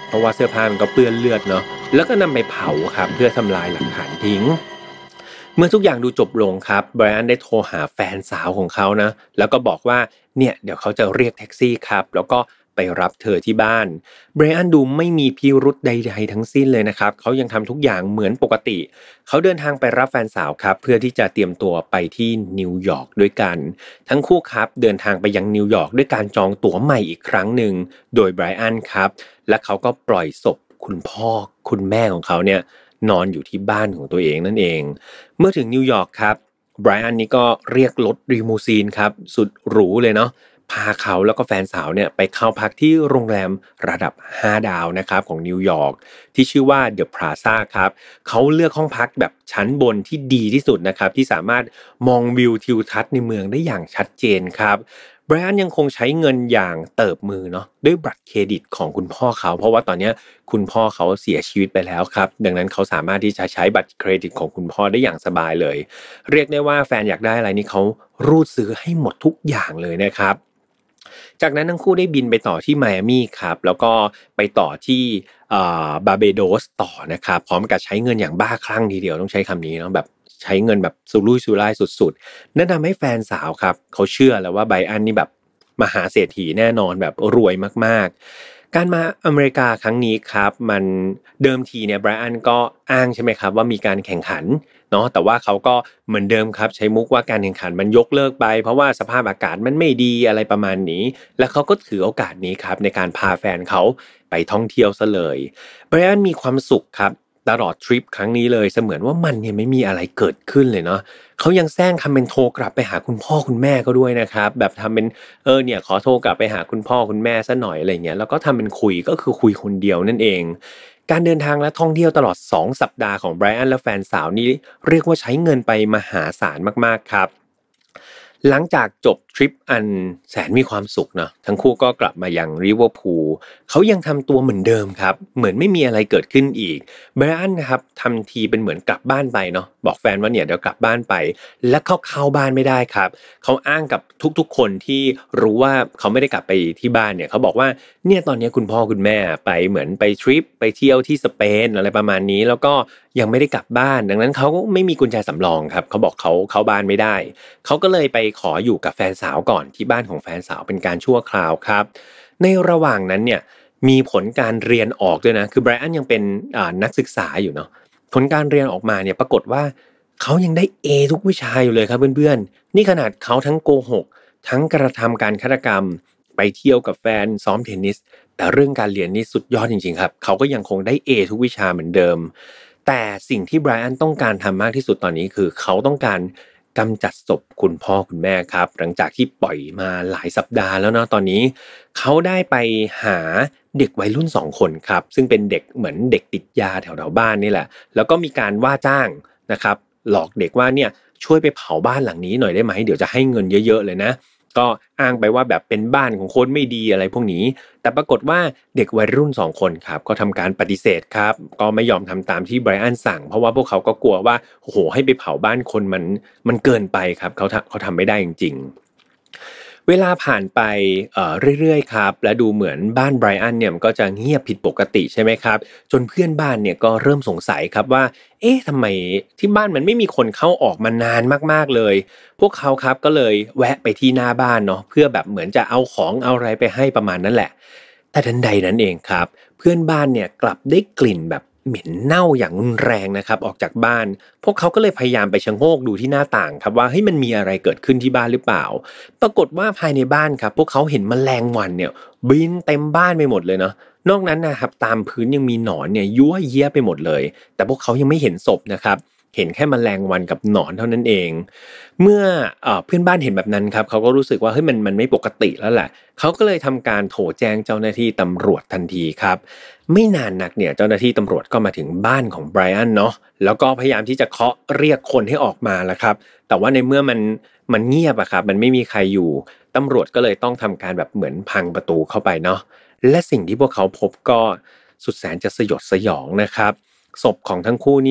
เพราะว่าเสื้อผ้ามันก็เปื้อนเลือดเนาะแล้วก็นำไปเผาครับเพื่อทำลายหลักฐานทิ้งเมื่อทุกอย่างดูจบลงครับไบรอันได้โทรหาแฟนสาวของเขานะแล้วก็บอกว่าเนี่ยเดี๋ยวเขาจะเรียกแท็กซี่ครับแล้วก็ไปรับเธอที่บ้านไบรอันดูไม่มีพิรุธใดๆทั้งสิ้นเลยนะครับเขายังทำทุกอย่างเหมือนปกติเขาเดินทางไปรับแฟนสาวครับเพื่อที่จะเตรียมตัวไปที่นิวยอร์กด้วยกันทั้งคู่ครับเดินทางไปยังนิวยอร์กด้วยการจองตั๋วใหม่อีกครั้งหนึ่งโดยไบรอันครับและเขาก็ปล่อยศพคุณพ่อคุณแม่ของเขาเนี่ยนอนอยู่ที่บ้านของตัวเองนั่นเองเมื่อถึงนิวยอร์กครับไบรอันนี่ก็เรียกรถลีมูซีนครับสุดหรูเลยเนาะพาเขาแล้วก็แฟนสาวเนี่ยไปเข้าพักที่โรงแรมระดับห้าดาวนะครับของนิวยอร์กที่ชื่อว่า The Plaza ครับเขาเลือกห้องพักแบบชั้นบนที่ดีที่สุดนะครับที่สามารถมองวิวทิวทัศน์ในเมืองได้อย่างชัดเจนครับไบรอันยังคงใช้เงินอย่างเติบมือเนาะด้วยบัตรเครดิตของคุณพ่อเขาเพราะว่าตอนนี้คุณพ่อเขาเสียชีวิตไปแล้วครับดังนั้นเขาสามารถที่จะใช้บัตรเครดิตของคุณพ่อได้อย่างสบายเลยเรียกได้ว่าแฟนอยากได้อะไรนี่เขารูดซื้อให้หมดทุกอย่างเลยนะครับจากนั้นทั้งคู่ได้บินไปต่อที่ไมอามี่ครับแล้วก็ไปต่อที่บาร์เบโดสต่อนะครับพร้อมกับใช้เงินอย่างบ้าคลั่งทีเดียวต้องใช้คำนี้เนาะแบบใช้เงินแบบสุรุ่ยสุร่ายสุดๆนั่นทำให้แฟนสาวครับเขาเชื่อแล้วว่าไบรอันนี่แบบมหาเศรษฐีแน่นอนแบบรวยมากๆการมาอเมริกาครั้งนี้ครับมันเดิมทีเนี่ยไบรอันก็อ้างใช่ไหมครับว่ามีการแข่งขันเนาะแต่ว่าเขาก็เหมือนเดิมครับใช้มุกว่าการแข่งขันมันยกเลิกไปเพราะว่าสภาพอากาศมันไม่ดีอะไรประมาณนี้และเขาก็ถือโอกาสนี้ครับในการพาแฟนเขาไปท่องเที่ยวซะเลยไบรอันมีความสุขครับตลอดทริปครั้งนี้เลยเสมือนว่ามันเนี่ยไม่มีอะไรเกิดขึ้นเลยเนาะเขายังแซงทำเป็นโทรกลับไปหาคุณพ่อคุณแม่ก็ด้วยนะครับแบบทำเป็นเออเนี่ยขอโทรกลับไปหาคุณพ่อคุณแม่ซะหน่อยอะไรเงี้ยแล้วก็ทำเป็นคุยก็คือคุยคนเดียวนั่นเองการเดินทางและท่องเที่ยวตลอดสองสัปดาห์ของไบรอันและแฟนสาวนี่เรียกว่าใช้เงินไปมหาศาลมากๆครับหลังจากจบทริปอันแสนมีความสุขเนาะทั้งคู่ก็กลับมายังริเวอร์พูลเขายังทำตัวเหมือนเดิมครับเหมือนไม่มีอะไรเกิดขึ้นอีกไบรอันนะครับทำทีเป็นเหมือนกลับบ้านไปเนาะบอกแฟนว่าเนี่ยเดี๋ยวกลับบ้านไปและเขาเข้าบ้านไม่ได้ครับเขาอ้างกับทุกๆคนที่รู้ว่าเขาไม่ได้กลับไปที่บ้านเนี่ยเขาบอกว่าเนี่ยตอนนี้คุณพ่อคุณแม่ไปเหมือนไปทริปไปเที่ยวที่สเปนอะไรประมาณนี้แล้วก็ยังไม่ได้กลับบ้านดังนั้นเขาก็ไม่มีกุญแจสำรองครับเขาบอกเขาเข้าบ้านไม่ได้เขาก็เลยไปขออยู่กับแฟนสาวก่อนที่บ้านของแฟนสาวเป็นการชั่วคราวครับในระหว่างนั้นเนี่ยมีผลการเรียนออกด้วยนะคือไบรอันยังเป็นนักศึกษาอยู่เนาะผลการเรียนออกมาเนี่ยปรากฏว่าเขายังได้ A ทุกวิชาอยู่เลยครับเพื่อนๆนี่ขนาดเขาทั้งโกหกทั้งกระทำการฆาตกรรมไปเที่ยวกับแฟนซ้อมเทนนิสแต่เรื่องการเรียนนี่สุดยอดจริงๆครับเขาก็ยังคงได้ A ทุกวิชาเหมือนเดิมแต่สิ่งที่ไบรอันต้องการทำมากที่สุดตอนนี้คือเขาต้องการกำจัดศพคุณพ่อคุณแม่ครับหลังจากที่ปล่อยมาหลายสัปดาห์แล้วเนาะตอนนี้เขาได้ไปหาเด็กวัยรุ่นสองคนครับซึ่งเป็นเด็กเหมือนเด็กติดยาแถวๆบ้านนี่แหละแล้วก็มีการว่าจ้างนะครับหลอกเด็กว่าเนี่ยช่วยไปเผาบ้านหลังนี้หน่อยได้ไหมเดี๋ยวจะให้เงินเยอะๆเลยนะก็อ้างไปว่าแบบเป็นบ้านของคนไม่ดีอะไรพวกนี้แต่ปรากฏว่าเด็กวัยรุ่นสองคนครับก็ทำการปฏิเสธครับก็ไม่ยอมทำตามที่ไบรอันสั่งเพราะว่าพวกเขาก็กลัวว่าโอ้โหให้ไปเผาบ้านคนมันมันเกินไปครับเขาเขาทำไม่ได้จริงๆเวลาผ่านไปเอ่อเรื่อยๆครับและดูเหมือนบ้านไบรอันเนี่ยมันก็จะเงียบผิดปกติใช่ไหมครับจนเพื่อนบ้านเนี่ยก็เริ่มสงสัยครับว่าเอ๊ะทำไมที่บ้านมันไม่มีคนเข้าออกมานานมากๆเลยพวกเขาครับก็เลยแวะไปที่หน้าบ้านเนาะเพื่อแบบเหมือนจะเอาของเอาอะไรไปให้ประมาณนั้นแหละแต่ทันใดนั้นเองครับเพื่อนบ้านเนี่ยกลับได้กลิ่นแบบเหม็นเน่าอย่างรุนแรงนะครับออกจากบ้านพวกเขาก็เลยพยายามไปชะโงกดูที่หน้าต่างครับว่าเฮ้ยมันมีอะไรเกิดขึ้นที่บ้านหรือเปล่าปรากฏว่าภายในบ้านครับพวกเขาเห็นแมลงวันเนี่ยบินเต็มบ้านไปหมดเลยเนาะนอกนั้นนะครับตามพื้นยังมีหนอนเนี่ยยั่วเยี้ยไปหมดเลยแต่พวกเขายังไม่เห็นศพนะครับเห็นแค่แมลงวันกับหนอนเท่านั้นเองเมื่อเอ่อเพื่อนบ้านเห็นแบบนั้นครับเขาก็รู้สึกว่าเฮ้ยมันมันไม่ปกติแล้วแหละเขาก็เลยทำการโทรแจ้งเจ้าหน้าที่ตำรวจทันทีครับไม่นานนักเนี่ยเจ้าหน้าที่ตำรวจก็มาถึงบ้านของไบรอันเนาะแล้วก็พยายามที่จะเคาะเรียกคนให้ออกมาแล้วครับแต่ว่าในเมื่อมันมันเงียบอะครับมันไม่มีใครอยู่ตำรวจก็เลยต้องทำการแบบเหมือนพังประตูเข้าไปเนาะและสิ่งที่พวกเขาพบก็สุดแสนจะสยดสยองนะครับศพของทั้งคู่นี้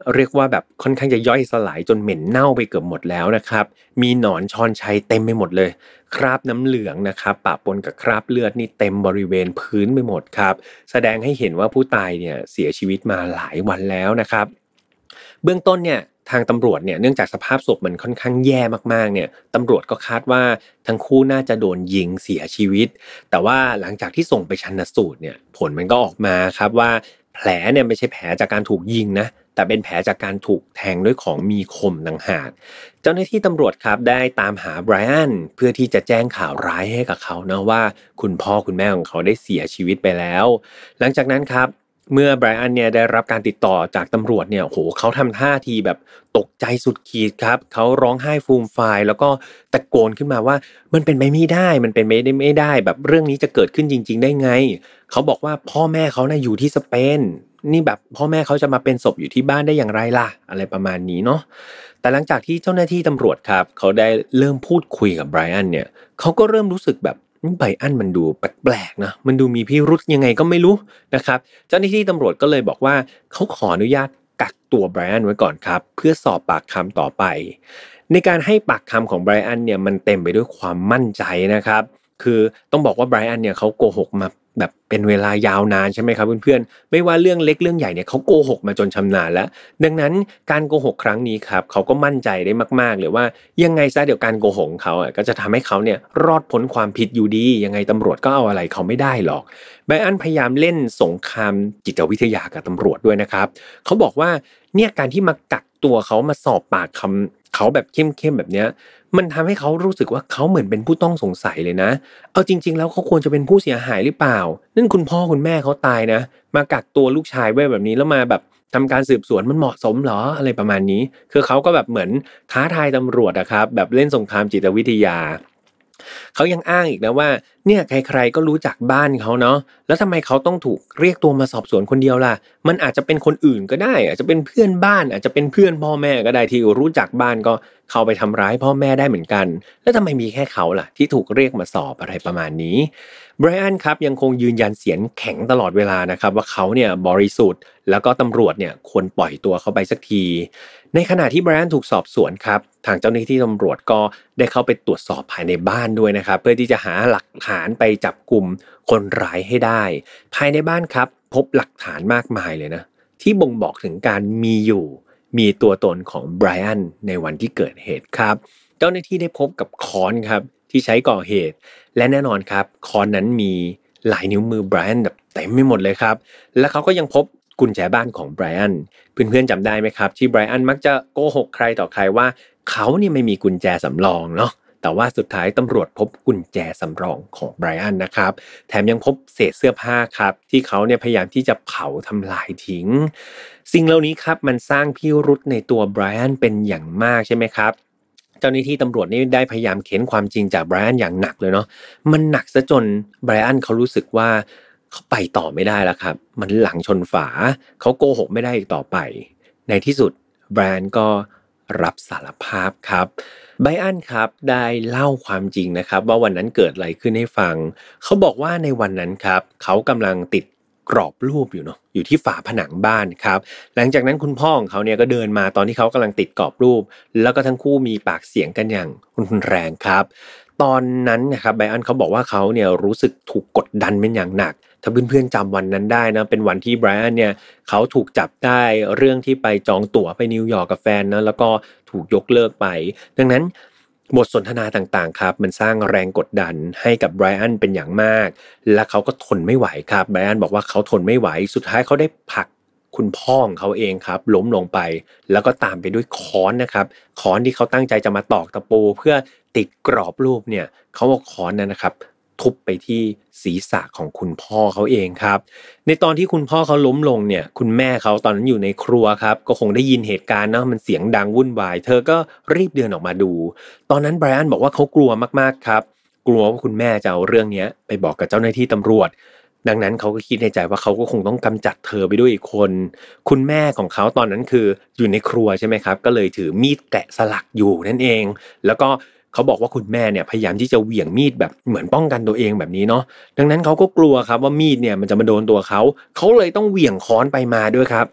เรียกว่าแบบค่อนข้างจะย่อยสลายจนเหม็นเน่าไปเกือบหมดแล้วนะครับมีหนอนชอนชัยเต็มไปหมดเลยคราบน้ำเหลืองนะครับปะปนกับคราบเลือดนี่เต็มบริเวณพื้นไปหมดครับแสดงให้เห็นว่าผู้ตายเนี่ยเสียชีวิตมาหลายวันแล้วนะครับเบื้องต้นเนี่ยทางตำรวจเนี่ยเนื่องจากสภาพศพมันค่อนข้างแย่มากๆเนี่ยตำรวจก็คาดว่าทั้งคู่น่าจะโดนยิงเสียชีวิตแต่ว่าหลังจากที่ส่งไปชันสูตรเนี่ยผลมันก็ออกมาครับว่าแผลเนี่ยไม่ใช่แผลจากการถูกยิงนะแต่เป็นแผลจากการถูกแทงด้วยของมีคมต่างหากเจ้าหน้าที่ตำรวจครับได้ตามหาไบรอันเพื่อที่จะแจ้งข่าวร้ายให้กับเขานะว่าคุณพ่อคุณแม่ของเขาได้เสียชีวิตไปแล้วหลังจากนั้นครับเมื่อไบรอันเนี่ยได้รับการติดต่อจากตำรวจเนี่ยโหเขาทำท่าทีแบบตกใจสุดขีดครับเขาร้องไห้ฟูมฟายแล้วก็ตะโกนขึ้นมาว่ามันเป็นไปไม่ได้มันเป็นไปได้ไม่ได้แบบเรื่องนี้จะเกิดขึ้นจริงๆได้ไงเขาบอกว่าพ่อแม่เขาน่ะอยู่ที่สเปนนี่แบบพ่อแม่เขาจะมาเป็นศพอยู่ที่บ้านได้อย่างไรล่ะอะไรประมาณนี้เนาะแต่หลังจากที่เจ้าหน้าที่ตำรวจครับเขาได้เริ่มพูดคุยกับไบรอันเนี่ยเขาก็เริ่มรู้สึกแบบไบรอันมันดูแปลกๆนะมันดูมีพิรุธยังไงก็ไม่รู้นะครับเจ้าหน้าที่ตำรวจก็เลยบอกว่าเขาขออนุญาตกักตัวไบรอันไว้ก่อนครับเพื่อสอบปากคำต่อไปในการให้ปากคำของไบรอันเนี่ยมันเต็มไปด้วยความมั่นใจนะครับคือต้องบอกว่าไบรอันเนี่ยเขาโกหกมาแบบเป็นเวลายาวนานใช่ไหมครับเพื่อนๆไม่ว่าเรื่องเล็กเรื่องใหญ่เนี่ยเขาโกหกมาจนชำนาญแล้วดังนั้นการโกหกครั้งนี้ครับเขาก็มั่นใจได้มากๆเลยว่ายังไงซะเดี๋ยวการโกหกของเขาอ่ะก็จะทำให้เขาเนี่ยรอดพ้นความผิดอยู่ดียังไงตำรวจก็เอาอะไรเขาไม่ได้หรอกไบรอันพยายามเล่นสงครามจิตวิทยากับตำรวจด้วยนะครับเขาบอกว่าเนี่ยการที่มากักตัวเขามาสอบปากคำเขาแบบเข้มๆแบบเนี้ยมันทำให้เขารู้สึกว่าเขาเหมือนเป็นผู้ต้องสงสัยเลยนะเอาจริงๆแล้วเขาควรจะเป็นผู้เสียหายหรือเปล่านั่นคุณพ่อคุณแม่เขาตายนะมากักตัวลูกชายไว้แบบนี้แล้วมาแบบทำการสืบสวนมันเหมาะสมหรออะไรประมาณนี้คือเขาก็แบบเหมือนท้าทายตำรวจอะครับแบบเล่นสงครามจิตวิทยาเขายังอ้างอีกนะว่าเนี่ยใครๆก็รู้จักบ้านเขาเนาะแล้วทำไมเขาต้องถูกเรียกตัวมาสอบสวนคนเดียวล่ะมันอาจจะเป็นคนอื่นก็ได้อาจจะเป็นเพื่อนบ้านอาจจะเป็นเพื่อนพ่อแม่ก็ได้ที่รู้จักบ้านก็เข้าไปทำร้ายพ่อแม่ได้เหมือนกันแล้วทำไมมีแค่เขาล่ะที่ถูกเรียกมาสอบอะไรประมาณนี้ไบรอันครับยังคงยืนยันเสียงแข็งตลอดเวลานะครับว่าเขาเนี่ยบริสุทธิ์แล้วก็ตำรวจเนี่ยควรปล่อยตัวเขาไปสักทีในขณะที่ไบรอันถูกสอบสวนครับทางเจ้าหน้าที่ตำรวจก็ได้เข้าไปตรวจสอบภายในบ้านด้วยนะครับเพื่อที่จะหาหลักฐานไปจับกลุ่มคนร้ายให้ได้ภายในบ้านครับพบหลักฐานมากมายเลยนะที่บ่งบอกถึงการมีอยู่มีตัวตนของไบรอันในวันที่เกิดเหตุครับเจ้าหน้าที่ได้พบกับค้อนครับที่ใช้ก่อเหตุและแน่นอนครับค้อนนั้นมีลายนิ้วมือไบรอันแบบเต็มไปหมดเลยครับและเขาก็ยังพบกุญแจบ้านของไบรอันเพื่อนๆจำได้ไหมครับที่ไบรอันมักจะโกหกใครต่อใครว่าเขาเนี่ยไม่มีกุญแจสำรองเนาะแต่ว่าสุดท้ายตำรวจพบกุญแจสำรองของไบรอันนะครับแถมยังพบเศษเสื้อผ้าครับที่เขาเนี่ยพยายามที่จะเผาทำลายทิ้งสิ่งเหล่านี้ครับมันสร้างพิรุธในตัวไบรอันเป็นอย่างมากใช่ไหมครับเจ้าหน้าที่ตำรวจนี่ได้พยายามเค้นความจริงจากไบรอันอย่างหนักเลยเนาะมันหนักซะจนไบรอันเขารู้สึกว่าเขาไปต่อไม่ได้แล้วครับมันหลังชนฝาเขาโกหกไม่ได้อีกต่อไปในที่สุดไบรอันก็รับสารภาพครับไบรอันครับได้เล่าความจริงนะครับว่าวันนั้นเกิดอะไรขึ้นให้ฟังเขาบอกว่าในวันนั้นครับเขากำลังติดกรอบรูปอยู่เนาะอยู่ที่ฝาผนังบ้านครับหลังจากนั้นคุณพ่อของเขาเนี่ยก็เดินมาตอนที่เขากำลังติดกรอบรูปแล้วก็ทั้งคู่มีปากเสียงกันอย่างรุนแรงครับตอนนั้นนะครับไบรอันเขาบอกว่าเขาเนี่ยรู้สึกถูกกดดันเป็นอย่างหนักถ้าเพื่อนๆจำวันนั้นได้นะเป็นวันที่ไบรอันเนี่ยเขาถูกจับได้เรื่องที่ไปจองตั๋วไปนิวยอร์กกับแฟนนะแล้วก็ถูกยกเลิกไปดังนั้นบทสนทนาต่างๆครับมันสร้างแรงกดดันให้กับไบรอันเป็นอย่างมากและเขาก็ทนไม่ไหวครับไบรอันบอกว่าเขาทนไม่ไหวสุดท้ายเขาได้ผลักคุณพ่อของเขาเองครับล้มลงไปแล้วก็ตามไปด้วยค้อนนะครับค้อนที่เขาตั้งใจจะมาตอกตะปูเพื่อติดกรอบรูปเนี่ยเขาเอาค้อนนั้นนะครับทุบไปที่ศีรษะของคุณพ่อเขาเองครับในตอนที่คุณพ่อเขาล้มลงเนี่ยคุณแม่เขาตอนนั้นอยู่ในครัวครับก็คงได้ยินเหตุการณ์นะมันเสียงดังวุ่นวายเธอก็รีบเดินออกมาดูตอนนั้นไบรอันบอกว่าเขากลัวมากๆครับกลัวว่าคุณแม่จะเอาเรื่องนี้ไปบอกกับเจ้าหน้าที่ตำรวจดังนั้นเขาก็คิดในใจว่าเขาก็คงต้องกำจัดเธอไปด้วยอีกคนคุณแม่ของเขาตอนนั้นคืออยู่ในครัวใช่ไหมครับก็เลยถือมีดแกะสลักอยู่นั่นเองแล้วก็เขาบอกว่าคุณแม่เนี่ยพยายามที่จะเหวี่ยงมีดแบบเหมือนป้องกันตัวเองแบบนี้เนาะดังนั้นเขาก็กลัวครับว่ามีดเนี่ยมันจะมาโดนตัวเขาเขาเลยต้องเหวี่ยงค้อนไปมาด้วยครับ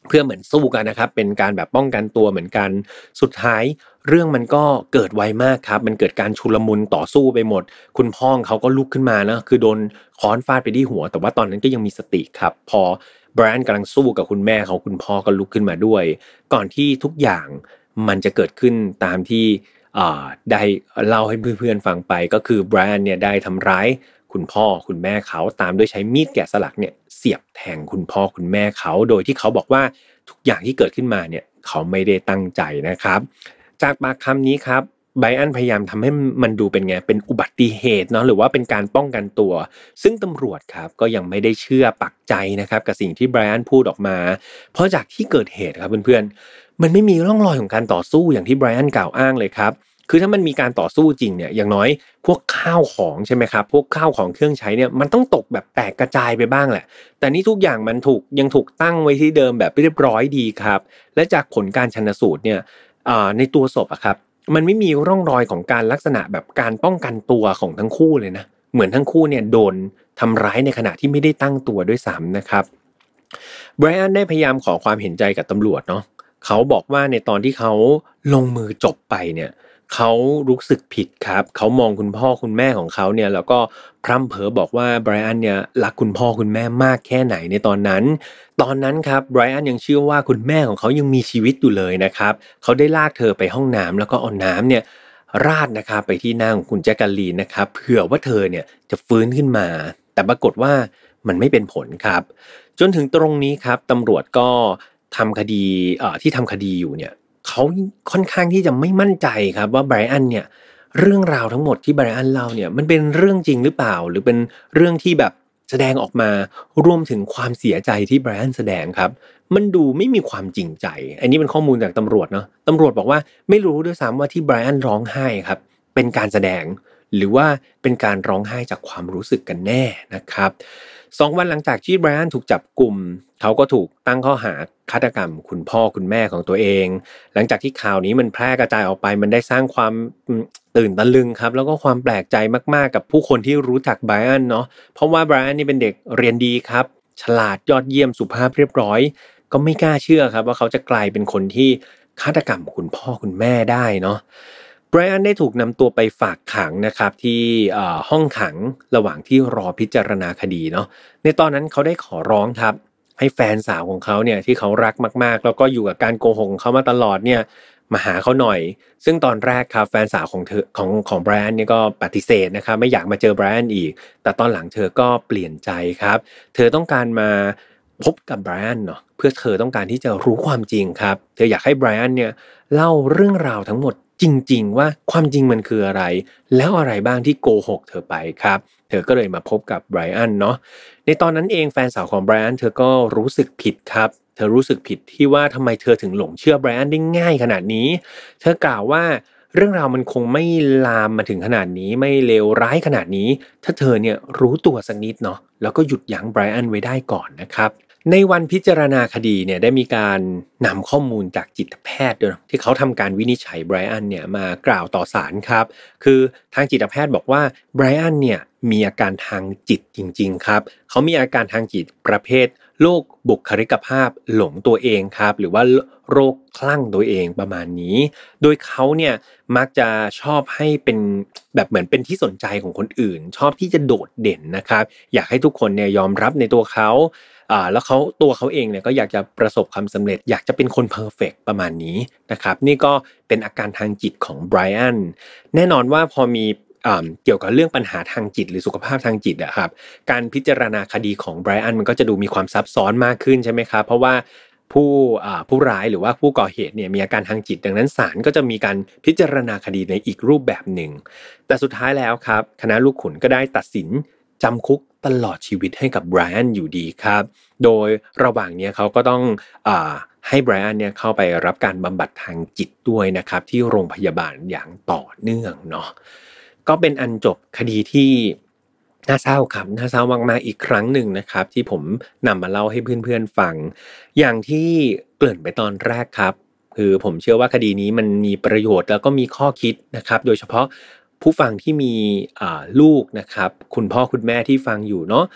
เพื่อเหมือนสู้กันนะครับเป็นการแบบป้องกันตัวเหมือนกันสุดท้ายเรื่องมันก็เกิดไวมากครับมันเกิดการชุลมุนต่อสู้ไปหมดคุณพ่อเขาก็ลุกขึ้นมานะคือโดนค้อนฟาดไปที่หัวแต่ว่าตอนนั้นก็ยังมีสติครับพอไบรอันกำลังสู้กับคุณแม่เขาคุณพ่อก็ลุกขึ้นมาด้วยก่อนที่ทุกอย่างมันจะเกิดขึ้นตามที่ได้เล่าให้เพื่อนๆฟังไปก็คือไบรอันเนี่ยได้ทำร้ายคุณพ่อคุณแม่เขาตามด้วยใช้มีดแกะสลักเนี่ยเสียบแทงคุณพ่อคุณแม่เขาโดยที่เขาบอกว่าทุกอย่างที่เกิดขึ้นมาเนี่ยเขาไม่ได้ตั้งใจนะครับจากปากคำนี้ครับไบรอันพยายามทำให้มันดูเป็นไงเป็นอุบัติเหตุเนาะหรือว่าเป็นการป้องกันตัวซึ่งตำรวจครับก็ยังไม่ได้เชื่อปักใจนะครับกับสิ่งที่ไบรอันพูดออกมาเพราะจากที่เกิดเหตุครับเพื่อนๆมันไม่มีร่องรอยของการต่อสู้อย่างที่ไบรอันกล่าวอ้างเลยครับคือถ้ามันมีการต่อสู้จริงเนี่ยอย่างน้อยพวกข้าวของใช่ไหมครับพวกข้าวของเครื่องใช้เนี่ยมันต้องตกแบบแตกกระจายไปบ้างแหละแต่นี่ทุกอย่างมันถูกยังถูกตั้งไว้ที่เดิมแบบเรียบร้อยดีครับและจากผลการชันสูตรเนี่ยในตัวศพอะครับมันไม่มีร่องรอยของการลักษณะแบบการป้องกันตัวของทั้งคู่เลยนะเหมือนทั้งคู่เนี่ยโดนทำร้ายในขณะที่ไม่ได้ตั้งตัวด้วยซ้ำนะครับไบรอันได้พยายามขอความเห็นใจกับตำรวจเนาะเขาบอกว่าในตอนที่เขาลงมือจบไปเนี่ยเขารู้สึกผิดครับเขามองคุณพ่อคุณแม่ของเขาเนี่ยแล้วก็พร่ำเพ้อบอกว่าไบรอันเนี่ยรักคุณพ่อคุณแม่มากแค่ไหนในตอนนั้นตอนนั้นครับไบรอันยังเชื่อว่าคุณแม่ของเขายังมีชีวิตอยู่เลยนะครับเขาได้ลากเธอไปห้องน้ำแล้วก็เอาน้ำเนี่ยราดนะครับไปที่หน้าของคุณแจ็คกาลีนนะครับเผื่อว่าเธอเนี่ยจะฟื้นขึ้นมาแต่ปรากฏว่ามันไม่เป็นผลครับจนถึงตรงนี้ครับตำรวจก็ทำคดีเอ่อที่ทำคดีอยู่เนี่ยเขาค่อนข้างที่จะไม่มั่นใจครับว่าไบรอันเนี่ยเรื่องราวทั้งหมดที่ไบรอันเล่าเนี่ยมันเป็นเรื่องจริงหรือเปล่าหรือเป็นเรื่องที่แบบแสดงออกมารวมถึงความเสียใจที่ไบรอันแสดงครับมันดูไม่มีความจริงใจอันนี้เป็นข้อมูลจากตำรวจเนาะตำรวจบอกว่าไม่รู้ด้วยซ้ำว่าที่ไบรอันร้องไห้ครับเป็นการแสดงหรือว่าเป็นการร้องไห้จากความรู้สึกกันแน่นะครับสองวันหลังจากที่ไบรอันถูกจับกุมเขาก็ถูกตั้งข้อหาฆาตกรรมคุณพ่อคุณแม่ของตัวเองหลังจากที่ข่าวนี้มันแพร่กระจายออกไปมันได้สร้างความตื่นตะลึงครับแล้วก็ความแปลกใจมากๆกับผู้คนที่รู้จักไบรอันเนาะเพราะว่าไบรอันนี่เป็นเด็กเรียนดีครับฉลาดยอดเยี่ยมสุภาพเรียบร้อยก็ไม่กล้าเชื่อครับว่าเขาจะกลายเป็นคนที่ฆาตกรรมคุณพ่อคุณแม่ได้เนาะไบรอันได้ถูกนำตัวไปฝากขังนะครับที่ห้องขังระหว่างที่รอพิจารณาคดีเนาะในตอนนั้นเขาได้ขอร้องครับให้แฟนสาวของเขาเนี่ยที่เขารักมากๆแล้วก็อยู่กับการโกหกของเขามาตลอดเนี่ยมาหาเขาหน่อยซึ่งตอนแรกครับแฟนสาวของเธอของของไบรอันเนี่ยก็ปฏิเสธนะครับไม่อยากมาเจอไบรอันอีกแต่ตอนหลังเธอก็เปลี่ยนใจครับเธอต้องการมาพบกับไบรอันเนาะเพื่อเธอต้องการที่จะรู้ความจริงครับเธออยากให้ไบรอันเนี่ยเล่าเรื่องราวทั้งหมดจริงๆว่าความจริงมันคืออะไรแล้วอะไรบ้างที่โกหกเธอไปครับเธอก็เลยมาพบกับไบรอันเนาะในตอนนั้นเองแฟนสาวของไบรอันเธอก็รู้สึกผิดครับเธอรู้สึกผิดที่ว่าทำไมเธอถึงหลงเชื่อไบรอันได้ง่ายขนาดนี้เธอกล่าวว่าเรื่องราวมันคงไม่ลามมาถึงขนาดนี้ไม่เลวร้ายขนาดนี้ถ้าเธอเนี่ยรู้ตัวสักนิดเนาะแล้วก็หยุดยั้งไบรอันไว้ได้ก่อนนะครับในวันพิจารณาคดีเนี่ยได้มีการนำข้อมูลจากจิตแพทย์ด้วยที่เขาทำการวินิจฉัยไบรอันเนี่ยมากล่าวต่อศาลครับคือทางจิตแพทย์บอกว่าไบรอันเนี่ยมีอาการทางจิตจริงๆครับเขามีอาการทางจิตประเภทโรคบุคลิกภาพหลงตัวเองครับหรือว่าโรคคลั่งตัวเองประมาณนี้โดยเขาเนี่ยมักจะชอบให้เป็นแบบเหมือนเป็นที่สนใจของคนอื่นชอบที่จะโดดเด่นนะครับอยากให้ทุกคนเนี่ยยอมรับในตัวเขาอ่าแล้วเขาตัวเขาเองเนี่ยก็อยากจะประสบความสำเร็จอยากจะเป็นคนเพอร์เฟคประมาณนี้นะครับนี่ก็เป็นอาการทางจิตของไบรอันแน่นอนว่าพอมีเกี่ยวกับเรื่องปัญหาทางจิตหรือสุขภาพทางจิตอะครับการพิจารณาคดีของไบรอันมันก็จะดูมีความซับซ้อนมากขึ้นใช่ไหมครับเพราะว่าผู้ผู้ร้ายหรือว่าผู้ก่อเหตุเนี่ยมีอาการทางจิตดังนั้นศาลก็จะมีการพิจารณาคดีในอีกรูปแบบหนึ่งแต่สุดท้ายแล้วครับคณะลูกขุนก็ได้ตัดสินจำคุกตลอดชีวิตให้กับไบรอันอยู่ดีครับโดยระหว่างนี้เขาก็ต้องอ่าให้ไบรอันเนี่ยเข้าไปรับการบำบัดทางจิตด้วยนะครับที่โรงพยาบาลอย่างต่อเนื่องเนาะก็เป็นอันจบคดีที่น่าเศร้าครับน่าเศร้ามากๆอีกครั้งหนึ่งนะครับที่ผมนำมาเล่าให้เพื่อนๆฟังอย่างที่เกริ่นไปตอนแรกครับคือผมเชื่อว่าคดีนี้มันมีประโยชน์แล้วก็มีข้อคิดนะครับโดยเฉพาะผู้ฟังที่มีลูกนะครับคุณพ่อคุณแม่ที่ฟังอยู่เนาะ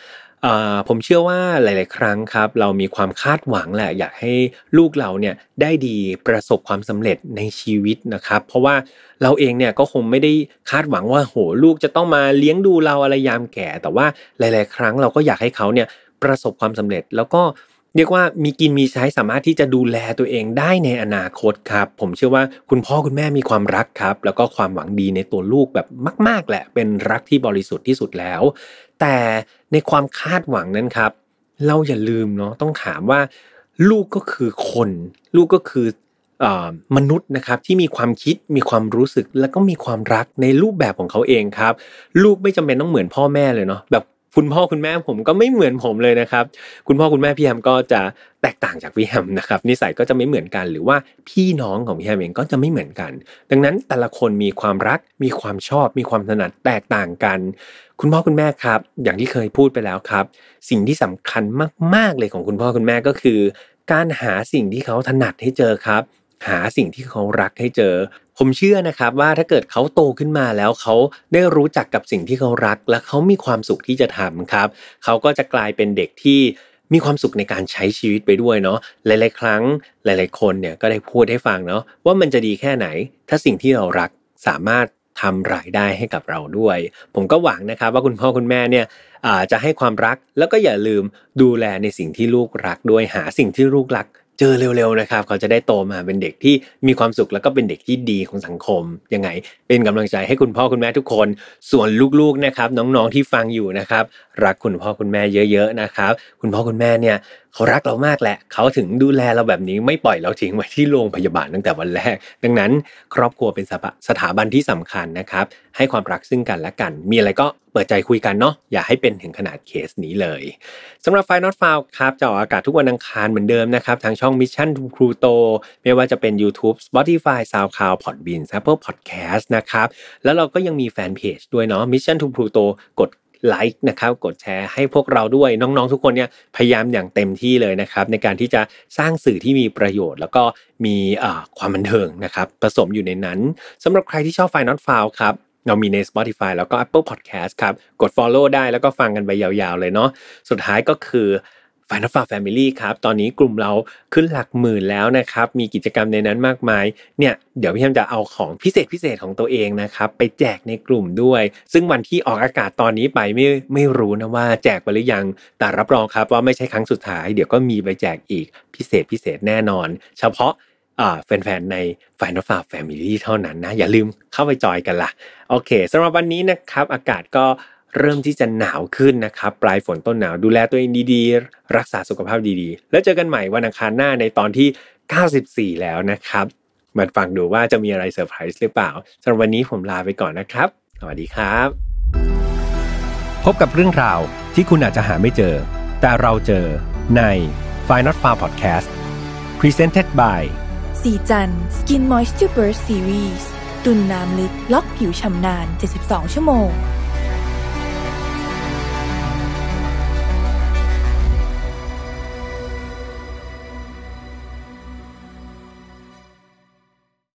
เอ่อผมเชื่อว่าหลายๆครั้งครับเรามีความคาดหวังแหละอยากให้ลูกเราเนี่ยได้ดีประสบความสำเร็จในชีวิตนะครับเพราะว่าเราเองเนี่ยก็คงไม่ได้คาดหวังว่าโหลูกจะต้องมาเลี้ยงดูเราอะไรยามแก่แต่ว่าหลายๆครั้งเราก็อยากให้เขาเนี่ยประสบความสำเร็จแล้วก็เรียกว่ามีกินมีใช้สามารถที่จะดูแลตัวเองได้ในอนาคตครับผมเชื่อว่าคุณพ่อคุณแม่มีความรักครับแล้วก็ความหวังดีในตัวลูกแบบมากๆแหละเป็นรักที่บริสุทธิ์ที่สุดแล้วแต่ในความคาดหวังนั้นครับเราอย่าลืมเนาะต้องถามว่าลูกก็คือคนลูกก็คือเอ่อมนุษย์นะครับที่มีความคิดมีความรู้สึกแล้วก็มีความรักในรูปแบบของเขาเองครับลูกไม่จำเป็นต้องเหมือนพ่อแม่เลยเนาะแบบคุณพ่อคุณแม่ผมก็ไม่เหมือนผมเลยนะครับคุณพ่อคุณแม่พี่แฮมก็จะแตกต่างจากพี่แฮมนะครับนิสัยก็จะไม่เหมือนกันหรือว่าพี่น้องของพี่แฮมเองก็จะไม่เหมือนกันดังนั้นแต่ละคนมีความรักมีความชอบมีความถนัดแตกต่างกันคุณพ่อคุณแม่ครับอย่างที่เคยพูดไปแล้วครับสิ่งที่สำคัญมากๆเลยของคุณพ่อคุณแม่ก็คือการหาสิ่งที่เขาถนัดให้เจอครับหาสิ่งที่เขารักให้เจอผมเชื่อนะครับว่าถ้าเกิดเขาโตขึ้นมาแล้วเขาได้รู้จักกับสิ่งที่เขารักและเขามีความสุขที่จะทำครับเขาก็จะกลายเป็นเด็กที่มีความสุขในการใช้ชีวิตไปด้วยเนาะหลายๆครั้งหลายๆคนเนี่ยก็ได้พูดให้ฟังเนาะว่ามันจะดีแค่ไหนถ้าสิ่งที่เรารักสามารถทำรายได้ให้กับเราด้วยผมก็หวังนะครับว่าคุณพ่อคุณแม่เนี่ยจะให้ความรักแล้วก็อย่าลืมดูแลในสิ่งที่ลูกรักด้วยหาสิ่งที่ลูกรักเจอเร็วๆนะครับเขาจะได้โตมาเป็นเด็กที่มีความสุขแล้วก็เป็นเด็กที่ดีของสังคมยังไงเป็นกำลังใจให้คุณพ่อคุณแม่ทุกคนส่วนลูกๆนะครับน้องๆที่ฟังอยู่นะครับรักคุณพ่อคุณแม่เยอะๆนะครับคุณพ่อคุณแม่เนี่ยเขารักเรามากแหละเขาถึงดูแลเราแบบนี้ไม่ปล่อยเราทิ้งไว้ที่โรงพยาบาลตั้งแต่วันแรกดังนั้นครอบครัวเป็นสถาบันที่สำคัญนะครับให้ความรักซึ่งกันและกันมีอะไรก็เปิดใจคุยกันเนาะอย่าให้เป็นถึงขนาดเคสนี้เลยสำหรับ File Not Found ครับจะออกอากาศทุกวันอังคารเหมือนเดิมนะครับทางช่อง Mission to Pluto ไม่ว่าจะเป็น YouTube Spotify SoundCloud Podbean Apple Podcast นะครับแล้วเราก็ยังมีแฟนเพจด้วยเนาะ Mission to Pluto กดไลค์นะครับกดแชร์ให้พวกเราด้วยน้องๆทุกคนเนี่ยพยายามอย่างเต็มที่เลยนะครับในการที่จะสร้างสื่อที่มีประโยชน์แล้วก็มีความบันเทิงนะครับผสมอยู่ในนั้นสำหรับใครที่ชอบ File Not Found ครับเรามีใน Spotify แล้วก็ Apple Podcast ครับกด follow ได้แล้วก็ฟังกันไปยาวๆเลยเนาะสุดท้ายก็คือ File Not Found Family ครับตอนนี้กลุ่มเราขึ้นหลักหมื่นแล้วนะครับมีกิจกรรมในนั้นมากมายเนี่ยเดี๋ยวพี่แฮมจะเอาของพิเศษพิเศษของตัวเองนะครับไปแจกในกลุ่มด้วยซึ่งวันที่ออกอากาศตอนนี้ไปไม่ไม่รู้นะว่าแจกไปหรือยังแต่รับรองครับว่าไม่ใช่ครั้งสุดท้ายเดี๋ยวก็มีไปแจกอีกพิเศษพิเศษแน่นอนเฉพาะอ่าแฟนๆใน File Not Found Family เท่านั้นนะอย่าลืมเข้าไปจอยกันล่ะโอเคสำหรับวันนี้นะครับอากาศก็เริ่มที่จะหนาวขึ้นนะครับปลายฝนต้นหนาวดูแลตัวเองดีๆรักษาสุขภาพดีๆแล้วเจอกันใหม่วันอังคารหน้าในตอนที่เก้าสิบสี่แล้วนะครับมาฟังดูว่าจะมีอะไรเซอร์ไพรส์หรือเปล่าสำหรับวันนี้ผมลาไปก่อนนะครับสวัสดีครับพบกับเรื่องราวที่คุณอาจจะหาไม่เจอแต่เราเจอใน File Not Found Podcast Presented by สีจัน Skin Moisture Burst Series ตุ่นน้ำลึกล็อกผิวชำนานเจ็ดสิบสองชั่วโมง